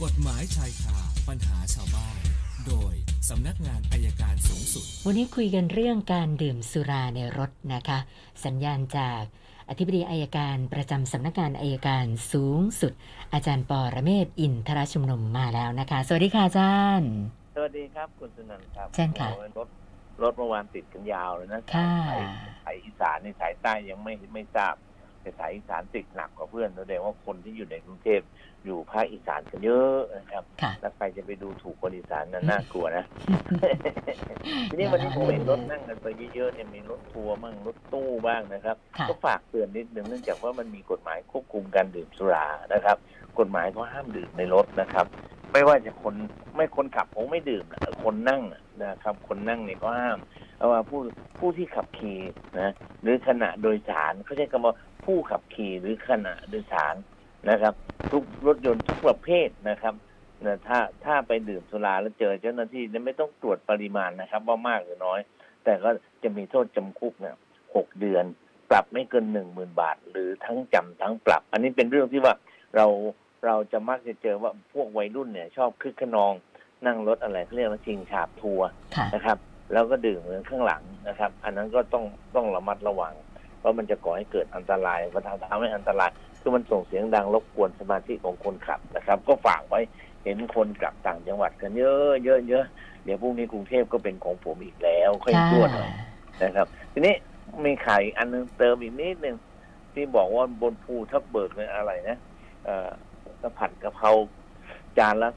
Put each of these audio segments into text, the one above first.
กฎหมายชายคาปัญหาชาวบ้านโดยสำนักงานอัยการสูงสุดวันนี้คุยกันเรื่องการดื่มสุราในรถนะคะสัญญาณจากอธิบดีอัยการประจำสำนักงานอัยการสูงสุดอาจารย์ปรเมศวร์ อินทรชุมนุมมาแล้วนะคะสวัสดีค่ะอาจารย์สวัสดีครับคุณสุนันท์ครับเช่นค่ะรถเมื่อวานติดกันยาวเลยนะสายอีสานในสายใต้ยังไม่ทราบแต่สายอีสานติดหนักกว่าเพื่อนแสดงว่าคนที่อยู่ในกรุงเทพอยู่ภาคอีสานกันเยอะนะครับแล้วใครจะไปดูถูกคนอีสานน่ากลัวนะ ทีนี้วันนี้ผมเห็นรถนั่งกันไปเยอะๆเนี่ยมีรถทัวร์มั่งรถตู้บ้างนะครับก็ฝากเตือนนิดนึงเนื่องจากว่ามันมีกฎหมายควบคุมการดื่มสุรานะครับกฎหมายก็ห้ามดื่มในรถนะครับไม่ว่าจะคนขับคงไม่ดื่มคนนั่งนะครับคนนั่งเนี่ยก็ห้ามเอาว่าผู้ที่ขับขี่นะหรือขณะโดยสารเขาใช้คำว่าผู้ขับขี่หรือขณะโดยสารนะครับทุกรถยนต์ทุกประเภทนะครับนะถ้าไปดื่มสุราแล้วเจอเจ้าหน้าที่ไม่ต้องตรวจปริมาณนะครับว่ามากหรือน้อยแต่ก็จะมีโทษจำคุกเนี่ย6 เดือนปรับไม่เกิน 10,000 บาทหรือทั้งจำทั้งปรับอันนี้เป็นเรื่องที่ว่าเราจะมักจะเจอว่าพวกวัยรุ่นเนี่ยชอบคึกขนองนั่งรถอะไรเขาเรียกว่าชิงฉาบทัวร์นะครับแล้วก็ดื่มข้างหลังนะครับอันนั้นก็ต้องระมัดระวังเพราะมันจะก่อให้เกิดอันตรายประทานทำให้อันตรายคือมันส่งเสียงดังรบกวนสมาธิของคนขับนะครับก็ฝากไว้เห็นคนกลับต่างจังหวัดกันเยอะเดี๋ยวพรุ่งนี้กรุงเทพก็เป็นของผมอีกแล้วค่อยตรวจหน่อยนะครับทีนี้มีขายอันนึงเติมอีกนิดนึงที่บอกว่าบนภูทับเบิกเนี่ยอะไรนะกระผัดกะเพราจานละ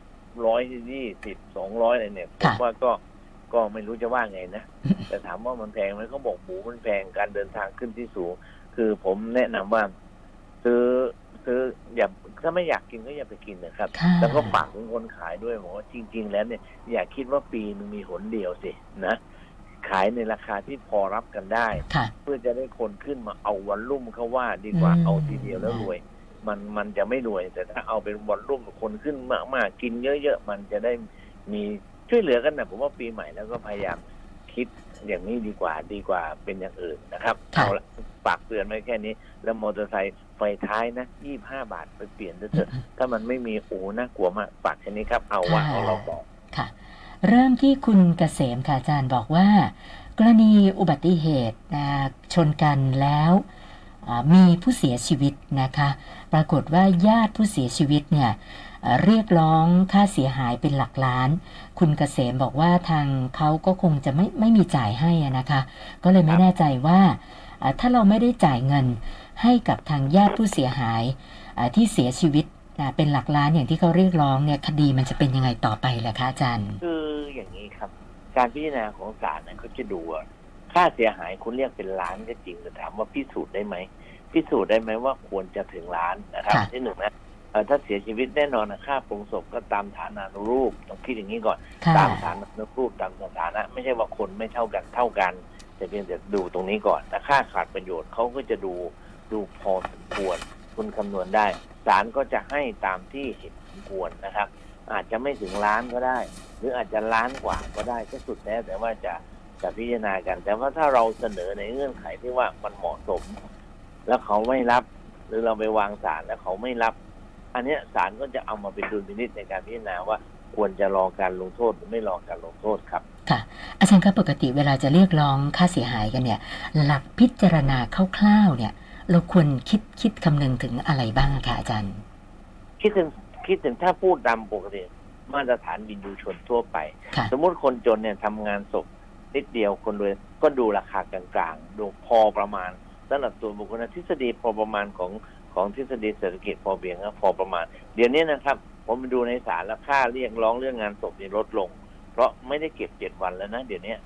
120 200อะไรเนี่ยผมว่าก็ไม่รู้จะว่าไงนะแต่ถามว่ามันแพงไหมเขาบอกหมูมันแพงการเดินทางขึ้นที่สูงคือผมแนะนำว่าซื้ออย่าถ้าไม่อยากกินก็อย่าไปกินนะครับแล้วก็ฝากถึงคนขายด้วยบอกว่าจริงๆแล้วเนี่ยอย่าคิดว่าปีนึงมีหนเดียวสินะขายในราคาที่พอรับกันได้เพื่อจะได้คนขึ้นมาเอาวันรุ่มเขาว่าดีกว่าเอาทีเดียวแล้วรวยมันจะไม่รวยแต่ถ้าเอาเป็นวันรุ่มคนขึ้นมากๆกินเยอะๆมันจะได้มีช่วยเหลือกันนะผมว่าปีใหม่แล้วก็พยายามคิดอย่างนี้ดีกว่าเป็นอย่างอื่นนะครับเอาละฝากเตือนไว้แค่นี้แล้วมอเตอร์ไซค์ไฟท้ายนะ25 บาทไปเปลี่ยนเถอะถ้ามันไม่มีน่ากลัวมากฝากแค่นี้ครับเอาว่าเราบอกค่ะเริ่มที่คุณเกษมค่ะอาจารย์บอกว่ากรณีอุบัติเหตุชนกันแล้วมีผู้เสียชีวิตนะคะปรากฏว่าญาติผู้เสียชีวิตเนี่ยเรียกร้องค่าเสียหายเป็นหลักล้านคุณเกษมบอกว่าทางเขาก็คงจะไม่มีจ่ายให้นะคะก็เลยไม่แน่ใจว่าถ้าเราไม่ได้จ่ายเงินให้กับทางญาติผู้เสียหายที่เสียชีวิตเป็นหลักล้านอย่างที่เขาเรียกร้องเนี่ยคดีมันจะเป็นยังไงต่อไปล่ะคะอาจารย์คืออย่างนี้ครับการพิจารณาของศาลเขาจะดูค่าเสียหายคุณเรียกเป็นล้านก็จริงแต่ถามว่าพิสูจน์ได้ไหมว่าควรจะถึงล้านนะครับที่หนึ่งนะถ้าเสียชีวิตแน่นอนค่าปรุงศพก็ตามฐานะรูปต้องคิดอย่างนี้ก่อนตามฐานะรูปตามสถานะไม่ใช่ว่าคนไม่เท่ากันแต่เพียงแต่ดูตรงนี้ก่อนแต่ค่าขาดประโยชน์เขาก็จะดูพอสมควรคุณคำนวณได้ศาลก็จะให้ตามที่เห็นสมควรนะครับอาจจะไม่ถึงล้านก็ได้หรืออาจจะล้านกว่าก็ได้ก็สุดแล้วแต่ว่าจะพิจารณากันแต่ว่าถ้าเราเสนอในเงื่อนไขที่ว่ามันเหมาะสมแล้วเขาไม่รับหรือเราไปวางศาลแล้วเขาไม่รับอันนี้ศาลก็จะเอามาเป็นดุลพินิจในการพิจารณาว่าควรจะรอการลงโทษหรือไม่รอการลงโทษครับค่ะอาจารย์ครับปกติเวลาจะเรียกร้องค่าเสียหายกันเนี่ยหลักพิจารณาคร่าวๆเนี่ยเราควรคิดคำนึงถึงอะไรบ้างคะอาจารย์คิดถึงถ้าพูดตามปกติมาตรฐานวินยูชนทั่วไปสมมติคนจนเนี่ยทำงานศพนิดเดียวคนรวยก็ดูราคากลางๆดูพอประมาณสำหรับตัวบุคคลทฤษฎีพอประมาณของทฤษฎีเศรษฐกิจพอเพียงพอประมาณเดี๋ยวนี้นะครับผมไปดูในศาลแล้วค่าเรียกร้องเรื่องงานศพนี่ลดลงเพราะไม่ได้เก็บ7 วันแล้วนะเดี๋ยวนี้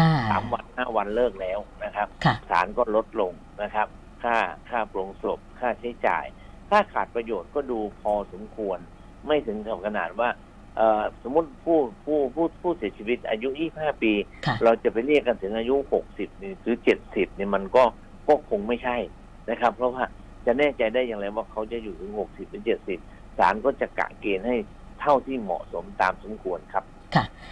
3 วัน5 วันเลิกแล้วนะครับศาลก็ลดลงนะครับค่าปรงศพค่าใช้จ่ายค่าขาดประโยชน์ก็ดูพอสมควรไม่ถึงกับขนาดว่าสมมติผู้เสียชีวิตอายุ25 ปีเราจะไปเรียกกันถึงอายุ60นี่หรือ70นี่มันก็คงไม่ใช่นะครับเพราะว่าจะแน่ใจได้อย่างไรว่าเขาจะอยู่ถึง60หรือ70ศาลก็จะกะเกณฑ์ให้เท่าที่เหมาะสมตามสมควรครับค่ะ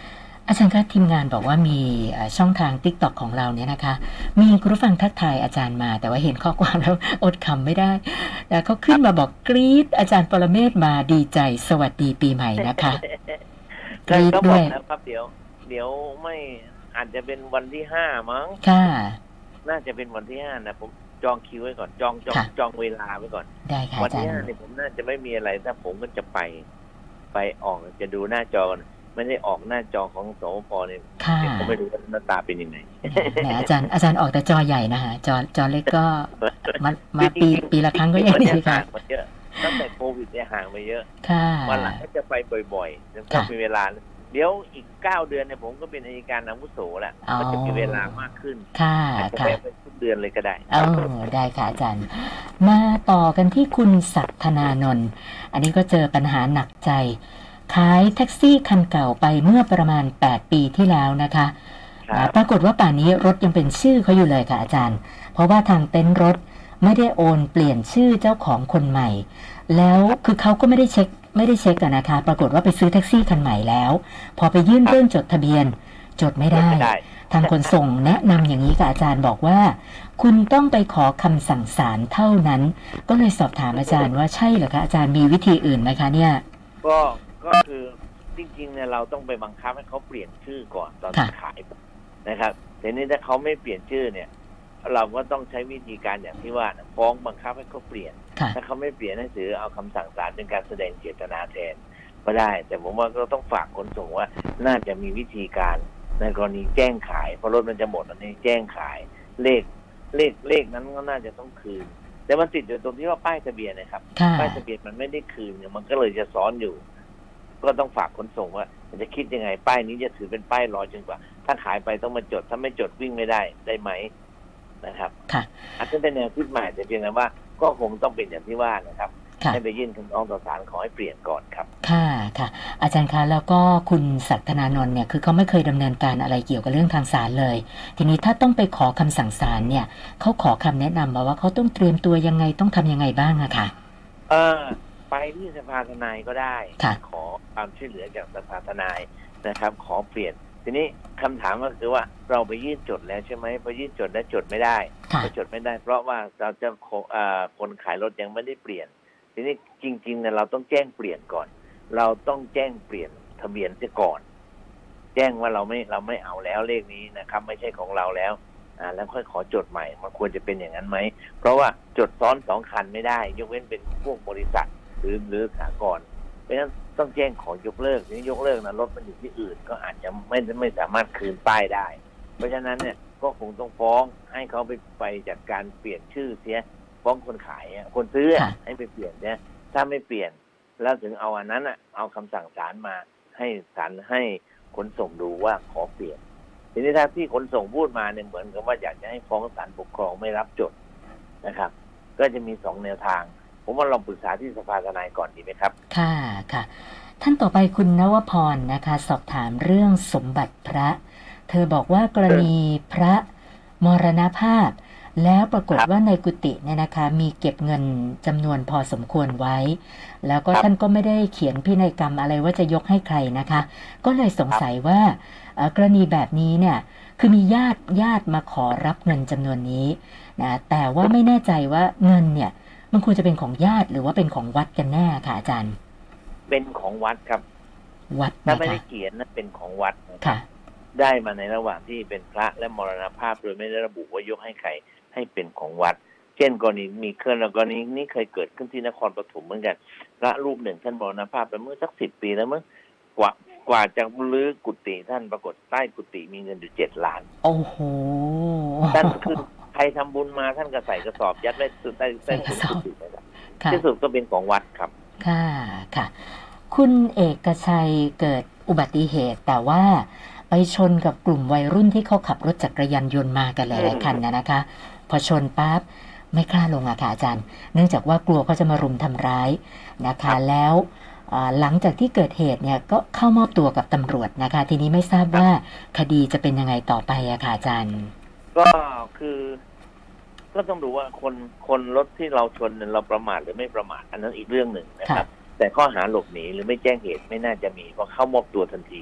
อาจารย์คะทีมงานบอกว่ามีช่องทาง TikTok ของเราเนี่ยนะคะมีคุณผู้ฟังทักทายอาจารย์มาแต่ว่าเห็นข้อความแล้วอดขำไม่ได้แต่เขาขึ้นมาบอกกรี๊ดอาจารย์ปรเมศมาดีใจสวัสดีปีใหม่นะคะกรี๊ดด้วยครับเดี๋ยวไม่อาจจะเป็นวันที่5มั้งค่ะน่าจะเป็นวันที่5นะผมจองคิวไว้ก่อนจองเวลาไว้ก่อนได้ค่ะวันที่5เนี่ยผมน่าจะไม่มีอะไรถ้าผมก็จะไปออกจะดูหน้าจอไม่ได้ออกหน้าจอของสวพเนี่ยผมไม่รู้ว่าหน้าตาเป็นยังไงแหมอาจารย์ออกแต่จอใหญ่นะฮะจอเล็กก็มาปีละครั้งก็ยังดีค่ะตั้งแต่โควิดเนี่ยห่างไปเยอะค่ะวันหลังก็จะไปบ่อยๆจะมีเวลาเดี๋ยวอีก9 เดือนเนี่ยผมก็เป็นอัยการอาวุโสแล้วก็จะมีเวลามากขึ้นค่ะอาจจะไปทุกเดือนเลยก็ได้ได้ค่ะอาจารย์มาต่อกันที่คุณศักดิ์ธนานนท์อันนี้ก็เจอปัญหาหนักใจขายแท็กซี่คันเก่าไปเมื่อประมาณ8 ปีที่แล้วนะคะปรากฏว่าป่านนี้รถยังเป็นชื่อเขาอยู่เลยค่ะอาจารย์เพราะว่าทางเต็นท์รถไม่ได้โอนเปลี่ยนชื่อเจ้าของคนใหม่แล้วคือเขาก็ไม่ได้เช็คกันนะคะปรากฏว่าไปซื้อแท็กซี่คันใหม่แล้วพอไปยื่นเรื่องจดทะเบียนจดไม่ได้ทางขนส่งแนะนำอย่างนี้ค่ะอาจารย์บอกว่าคุณต้องไปขอคำสั่งศาลเท่านั้นก็เลยสอบถามอาจารย์ว่าใช่เหรอคะอาจารย์มีวิธีอื่นไหมคะเนี่ยก็คือจริงๆเนี่ยเราต้องไปบังคับให้เขาเปลี่ยนชื่อก่อนตอนขายนะครับแต่นี้ถ้าเขาไม่เปลี่ยนชื่อเนี่ยเราก็ต้องใช้วิธีการอย่างที่ว่าฟ้องบังคับให้เขาเปลี่ยนถ้าเขาไม่เปลี่ยนให้ถือเอาคำสั่งศาลเป็นการแสดงเจตนาแทนก็ได้แต่ผมว่าก็ต้องฝากขนส่งว่าน่าจะมีวิธีการในกรณีแจ้งขายเพราะรถมันจะหมดอันนี้แจ้งขายเลขนั้นก็น่าจะต้องคืนแต่มันติดอยู่ตรงที่ว่าป้ายทะเบียนนะครับป้ายทะเบียนมันไม่ได้คืนเนี่ยมันก็เลยจะซ้อนอยู่ก็ต้องฝากขนส่งว่าจะคิดยังไงป้ายนี้จะถือเป็นป้ายรอจนกว่าถ้าขายไปต้องมาจดถ้าไม่จดวิ่งไม่ได้ไหมนะครับอาจจะเป็นแนวคิดใหม่แต่เพียงแต่ว่าก็คงต้องเป็นอย่างที่ว่านะครับให้ไปยื่นคำร้องต่อศาลขอให้เปลี่ยนก่อนครับค่ะอาจารย์คะแล้วก็คุณศักดิ์ธนานนท์เนี่ยคือเขาไม่เคยดำเนินการอะไรเกี่ยวกับเรื่องทางศาลเลยทีนี้ถ้าต้องไปขอคำสั่งศาลเนี่ยเขาขอคำแนะนำมาว่าเขาต้องเตรียมตัวยังไงต้องทำยังไงบ้างอะค่ะไปที่สภาทนายก็ได้ขอความช่วยเหลือจากสภาทนายนะครับขอเปลี่ยนทีนี้คำถามก็คือว่าเราไปยื่นจดแล้วใช่ไหมพอยื่นจดแล้วจดไม่ได้จดไม่ได้เพราะว่าเราจะคนขายรถยังไม่ได้เปลี่ยนทีนี้จริงๆเนี่ยเราต้องแจ้งเปลี่ยนก่อนเราต้องแจ้งเปลี่ยนทะเบียนเสียก่อนแจ้งว่าเราไม่เอาแล้วเลขนี้นะครับไม่ใช่ของเราแล้วแล้วค่อยขอจดใหม่มันควรจะเป็นอย่างนั้นไหมเพราะว่าจดซ้อน2 คันไม่ได้ยกเว้นเป็นพวกบริษัทหรือสหกรณ์เพราะฉะนั้นต้องแจ้งขอยกเลิกนี้ยกเลิกนะรถมันอยู่ที่อื่นก็อาจจะไม่สามารถคืนป้ายได้เพราะฉะนั้นเนี่ยก็คงต้องฟ้องให้เขาไปจัดการเปลี่ยนชื่อเสียฟ้องคนขายคนซื้อให้ไปเปลี่ยนเนี่ยถ้าไม่เปลี่ยนแล้วถึงเอาอันนั้นเอาคำสั่งศาลมาให้ศาลให้ขนส่งดูว่าขอเปลี่ยนทีนี้ถ้าที่ขนส่งพูดมาเนี่ยเหมือนกับว่าอยากจะให้ฟ้องศาลปกครองไม่รับจดนะครับก็จะมี2 แนวทางผมว่าลองปรึกษาที่สภาทนายก่อนดีไหมครับค่ะท่านต่อไปคุณนวพรนะคะสอบถามเรื่องสมบัติพระเธอบอกว่ากรณีพระมรณภาพแล้วปรากฏว่าในกุฏิเนี่ยนะคะมีเก็บเงินจำนวนพอสมควรไว้แล้วก็ท่านก็ไม่ได้เขียนพินัยกรรมอะไรว่าจะยกให้ใครนะคะก็เลยสงสัยว่ากรณีแบบนี้เนี่ยคือมีญาติมาขอรับเงินจำนวนนี้นะแต่ว่าไม่แน่ใจว่าเงินเนี่ยมันควรจะเป็นของญาติหรือว่าเป็นของวัดกันแน่ค่ะอาจารย์เป็นของวัดครับวัดถ้าไม่ได้เขียนนะเป็นของวัดค่ะได้มาในระหว่างที่เป็นพระและมรณภาพโดยไม่ได้ระบุว่ายกให้ใครให้เป็นของวัดเช่นกรณีมีกรณีนี้เคยเกิดขึ้นที่นครปฐมเหมือนกันพระรูปหนึ่งท่านมรณภาพไปเมื่อสัก10 ปีแล้วมั้งกว่าจะรื้อกุฏิท่านปรากฏใต้กุฏิมีเงินอยู่7 ล้านโอ้โหท่านคือใครทำบุญมาท่านก็ใส่กระสอบยัดไว้ใต้กุฏินะครับที่สุดก็เป็นของวัดครับค่ะคุณเอกชัยเกิดอุบัติเหตุแต่ว่าไปชนกับกลุ่มวัยรุ่นที่เขาขับรถจักรยานยนต์มากันหลายคันนะคะพอชนปั๊บไม่กล้าลงอะค่ะอาจารย์เนื่องจากว่ากลัวเขาจะมารุมทำร้ายนะคะแล้วหลังจากที่เกิดเหตุเนี่ยก็เข้ามอบตัวกับตำรวจนะคะทีนี้ไม่ทราบว่าคดีจะเป็นยังไงต่อไปอะค่ะอาจารย์ก็คือก็ต้องดูว่าคนรถที่เราชนเราประมาทหรือไม่ประมาทอันนั้นอีกเรื่องหนึ่งนะครับแต่ข้อหาหลบหนีหรือไม่แจ้งเหตุไม่น่าจะมีเพราะเข้ามอบตัวทันที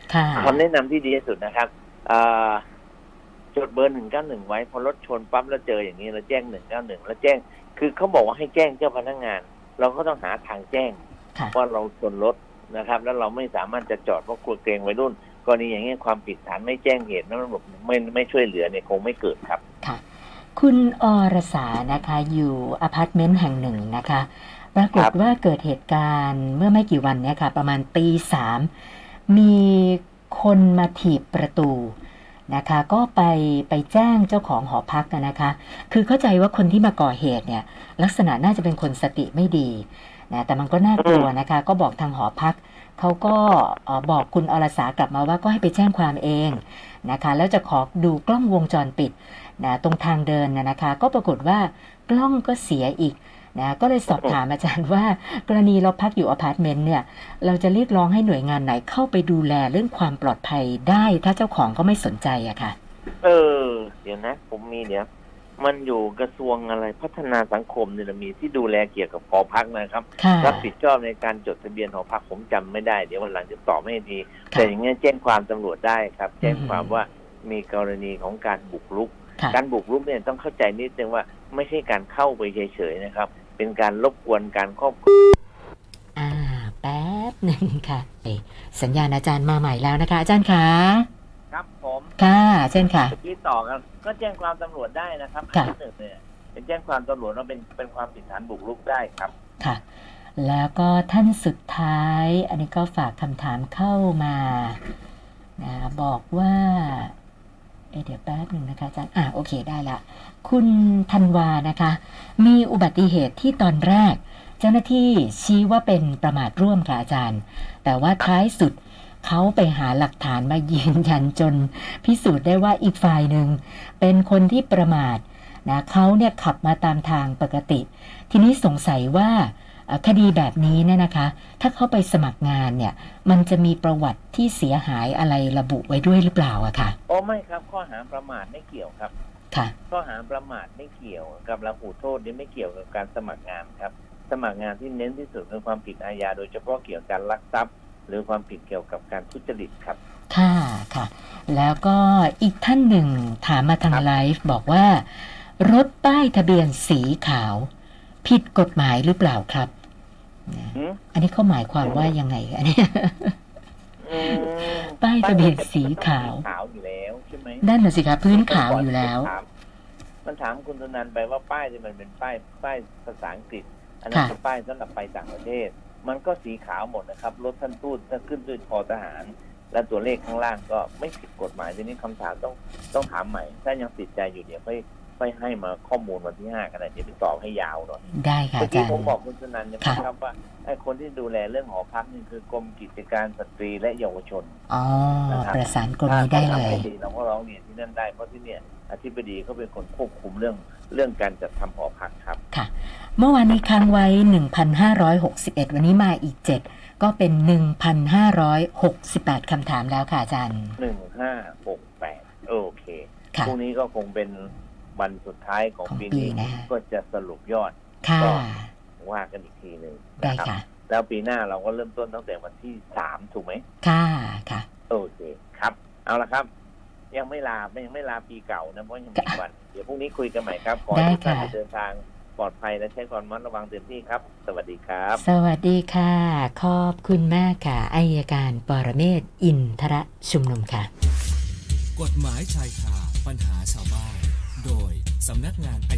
คำแนะนำที่ดีที่สุดนะครับจดเบอร์191ไว้พอรถชนปั๊บแล้วเจออย่างนี้เราแจ้ง191แล้วแจ้งคือเขาบอกว่าให้แจ้งเจ้าพนักงานเราก็ต้องหาทางแจ้งว่าเราชนรถนะครับแล้วเราไม่สามารถจะจอดเพราะกลัวเกรงวัยรุ่นกรณีอย่างนี้ความผิดฐานไม่แจ้งเหตุแล้วระบบไม่ช่วยเหลือเนี่ยคงไม่เกิดครับค่ะคุณอรสานะคะอยู่อพาร์ตเมนต์แห่งหนึ่งนะคะปรากฏว่าเกิดเหตุการณ์เมื่อไม่กี่วันเนี่ยค่ะประมาณตี 3มีคนมาถีบประตูนะคะก็ไปแจ้งเจ้าของหอพักนะคะคือเข้าใจว่าคนที่มาก่อเหตุเนี่ยลักษณะน่าจะเป็นคนสติไม่ดีนะแต่มันก็น่ากลัวนะคะก็บอกทางหอพักเขาก็บอกคุณอรสากลับมาว่าก็ให้ไปแจ้งความเองนะคะแล้วจะขอดูกล้องวงจรปิดนะตรงทางเดินนะคะก็ปรากฏว่ากล้องก็เสียอีกนะก็เลยสอบถามอาจารย์ว่ากรณีเราพักอยู่อพาร์ตเมนต์เนี่ยเราจะเรียกร้องให้หน่วยงานไหนเข้าไปดูแลเรื่องความปลอดภัยได้ถ้าเจ้าของก็ไม่สนใจอะค่ะเดี๋ยวนะผมมีมันอยู่กระทรวงอะไรพัฒนาสังคมเนี่ยมีที่ดูแลเกี่ยวกับหอพักนะครับรับผิดชอบในการจดทะเบียนหอพักผมจำไม่ได้เดี๋ยววันหลังจะตอบให้ดีแต่อย่างเงี้ยแจ้งความตำรวจได้ครับแจ้งความว่ามีกรณีของการบุกรุกการบุกรุกเนี่ยต้องเข้าใจนิดนึงว่าไม่ใช่การเข้าไปเฉยๆนะครับเป็นการรบกวนการครอบครัวแป๊บหนึ่งค่ะสัญญาณอาจารย์มาใหม่แล้วนะคะอาจารย์คะครับผมค่ะเช่นค่ะที่ต่อกันก็แจ้งความตำรวจได้นะครับอันที่หนึ่งเนี่ยเป็นแจ้งความตำรวจว่าเป็นความผิดฐานบุกรุกได้ครับค่ะแล้วก็ท่านสุดท้ายอันนี้ก็ฝากคำถามเข้ามานะบอกว่าเดี๋ยวแป๊บหนึ่งนะคะอาจารย์โอเคได้ละคุณธันวานะคะมีอุบัติเหตุที่ตอนแรกเจ้าหน้าที่ชี้ว่าเป็นประมาทร่วมค่ะอาจารย์แต่ว่าท้ายสุดเขาไปหาหลักฐานมายืนยันจนพิสูจน์ได้ว่าอีกฝ่ายหนึ่งเป็นคนที่ประมาทนะเขาเนี่ยขับมาตามทางปกติทีนี้สงสัยว่าคดีแบบนี้เนี่ยนะคะถ้าเขาไปสมัครงานเนี่ยมันจะมีประวัติที่เสียหายอะไรระบุไว้ด้วยหรือเปล่าอะค่ะไม่ครับข้อหาประมาทไม่เกี่ยวครับค่ะข้อหาประมาทไม่เกี่ยวกับระหูโทษนี่ไม่เกี่ยวกับการสมัครงานครับสมัครงานที่เน้นที่สุดคือความผิดอาญาโดยเฉพาะเกี่ยวกับการลักทรัพย์หรือความผิดเกี่ยวกับการทุจริตครับค่ะแล้วก็อีกท่านหนึ่งถามมาทางไลฟ์บอกว่ารถป้ายทะเบียนสีขาวผิดกฎหมายหรือเปล่าครับอันนี้เขาหมายความว่ายังไงอันนี้ป้ายทะเบียนสีขาวอยู่แล้วใช่ไหมนั่นน่ะสิครับพื้นขาวอยู่แล้วมันถามคุณธนันไปว่าป้ายที่มันเป็นป้ายภาษาอังกฤษอันนั้นเป็นป้ายสำหรับไปต่างประเทศมันก็สีขาวหมดนะครับรถท่านทูตถ้าขึ้นด้วยททหารและตัวเลขข้างล่างก็ไม่ผิดกฎหมายทีนี้คำถามต้องถามใหม่ถ้ายังติดใจอยู่เดี๋ยวค่อยให้มาข้อมูลวันที่5กันนะเดี๋ยวไปตอบให้ยาวหน่อยได้ค่ะอาจารย์ผมบอกคุณธนันนะครับว่าไอ้คนที่ดูแลเรื่องหอพักนี่คือกรมกิจการสตรีและเยาวชนประสานกรมนี้ได้เลยเราก็ร้องเรียนที่นั่นได้เพราะที่เนี่ยอธิบดีเขาเป็นคนควบคุมเรื่องการจัดทำหอพักครับค่ะเมื่อวานนี้ค้างไว้ 1,561 วันนี้มาอีก7ก็เป็น 1,568 คำถามแล้วค่ะอาจารย์ 1568โอเคพรุ่งนี้ก็คงเป็นวันสุดท้ายของปีนี้ก็จะสรุปยอดก็ว่ากันอีกทีหนึ่งนะครับแล้วปีหน้าเราก็เริ่มต้นตั้งแต่วันที่3ถูกไหมค่ะโอเคครับเอาละครับยังไม่ลาปีเก่านะเพราะยังมีวันเดี๋ยวพรุ่งนี้คุยกันใหม่ครับขอให้ทุกท่านเดินทางปลอดภัยและใช้ความระมัดระวังเต็มที่ครับสวัสดีครับสวัสดีค่ะขอบคุณมากค่ะอัยการปรเมศวร์อินทรชุมนุมค่ะกฎหมายชายคาปัญหาชาวบ้านโดยสำนักงาน